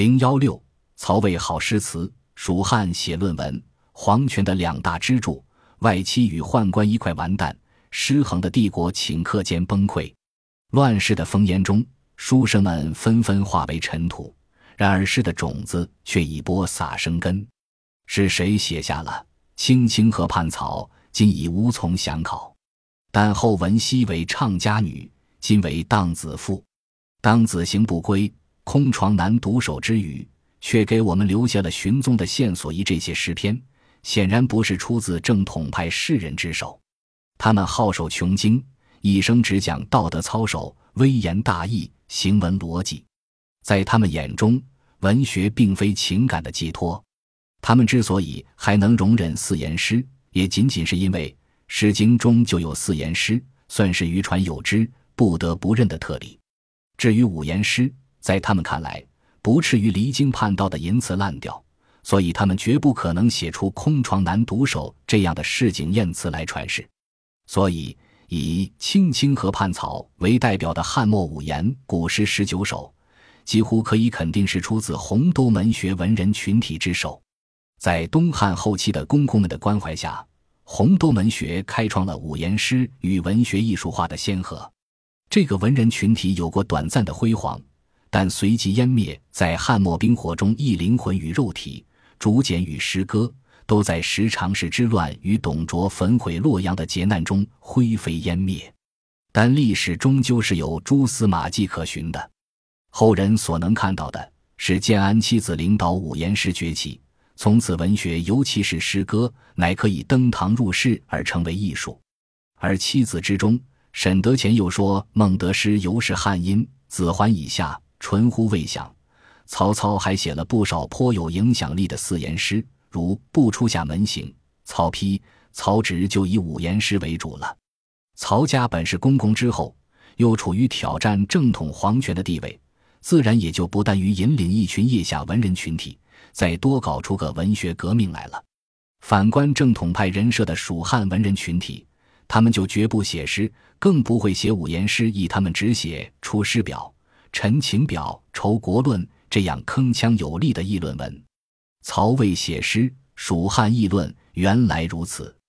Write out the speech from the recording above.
016曹魏好诗词，蜀汉写论文，皇权的两大支柱，外戚与宦官一块完蛋，失衡的帝国顷刻间崩溃。乱世的烽烟中，书生们纷纷化为尘土，然而诗的种子却已播撒生根。是谁写下了青青河畔草，今已无从详考，但后闻昔为唱家女，今为荡子妇。当子行不归，空床难独守之语，却给我们留下了寻踪的线索。这些诗篇显然不是出自正统派士人之手，他们好守穷经，一生只讲道德操守、微言大义、行文逻辑。在他们眼中，文学并非情感的寄托。他们之所以还能容忍四言诗，也仅仅是因为《诗经》中就有四言诗，算是渔船有之，不得不认的特例。至于五言诗，在他们看来不至于离经叛道的淫词滥调，所以他们绝不可能写出空床难独守这样的市井艳词来传世。所以以青青河畔草为代表的汉末五言古诗19首，几乎可以肯定是出自洪都门学文人群体之手。在东汉后期的公公们的关怀下，洪都门学开创了五言诗与文学艺术化的先河。这个文人群体有过短暂的辉煌，但随即湮灭在汉末冰火中，一灵魂与肉体，竹简与诗歌都在十常侍之乱与董卓焚毁洛阳的劫难中灰飞烟灭。但历史终究是有蛛丝马迹可循的，后人所能看到的是建安七子领导五言诗崛起，从此文学尤其是诗歌乃可以登堂入室而成为艺术。而七子之中，沈德潜又说孟德诗犹是汉音，子桓以下纯乎未响。曹操还写了不少颇有影响力的四言诗，如不出下门行、曹丕、曹植就以五言诗为主了。曹家本是公公之后，又处于挑战正统皇权的地位，自然也就不但于引领一群腋下文人群体，再多搞出个文学革命来了。反观正统派人设的蜀汉文人群体，他们就绝不写诗，更不会写五言诗，他们只写《出师表》《陈情表》《仇国论》这样铿锵有力的议论文。曹魏写诗，蜀汉议论，原来如此。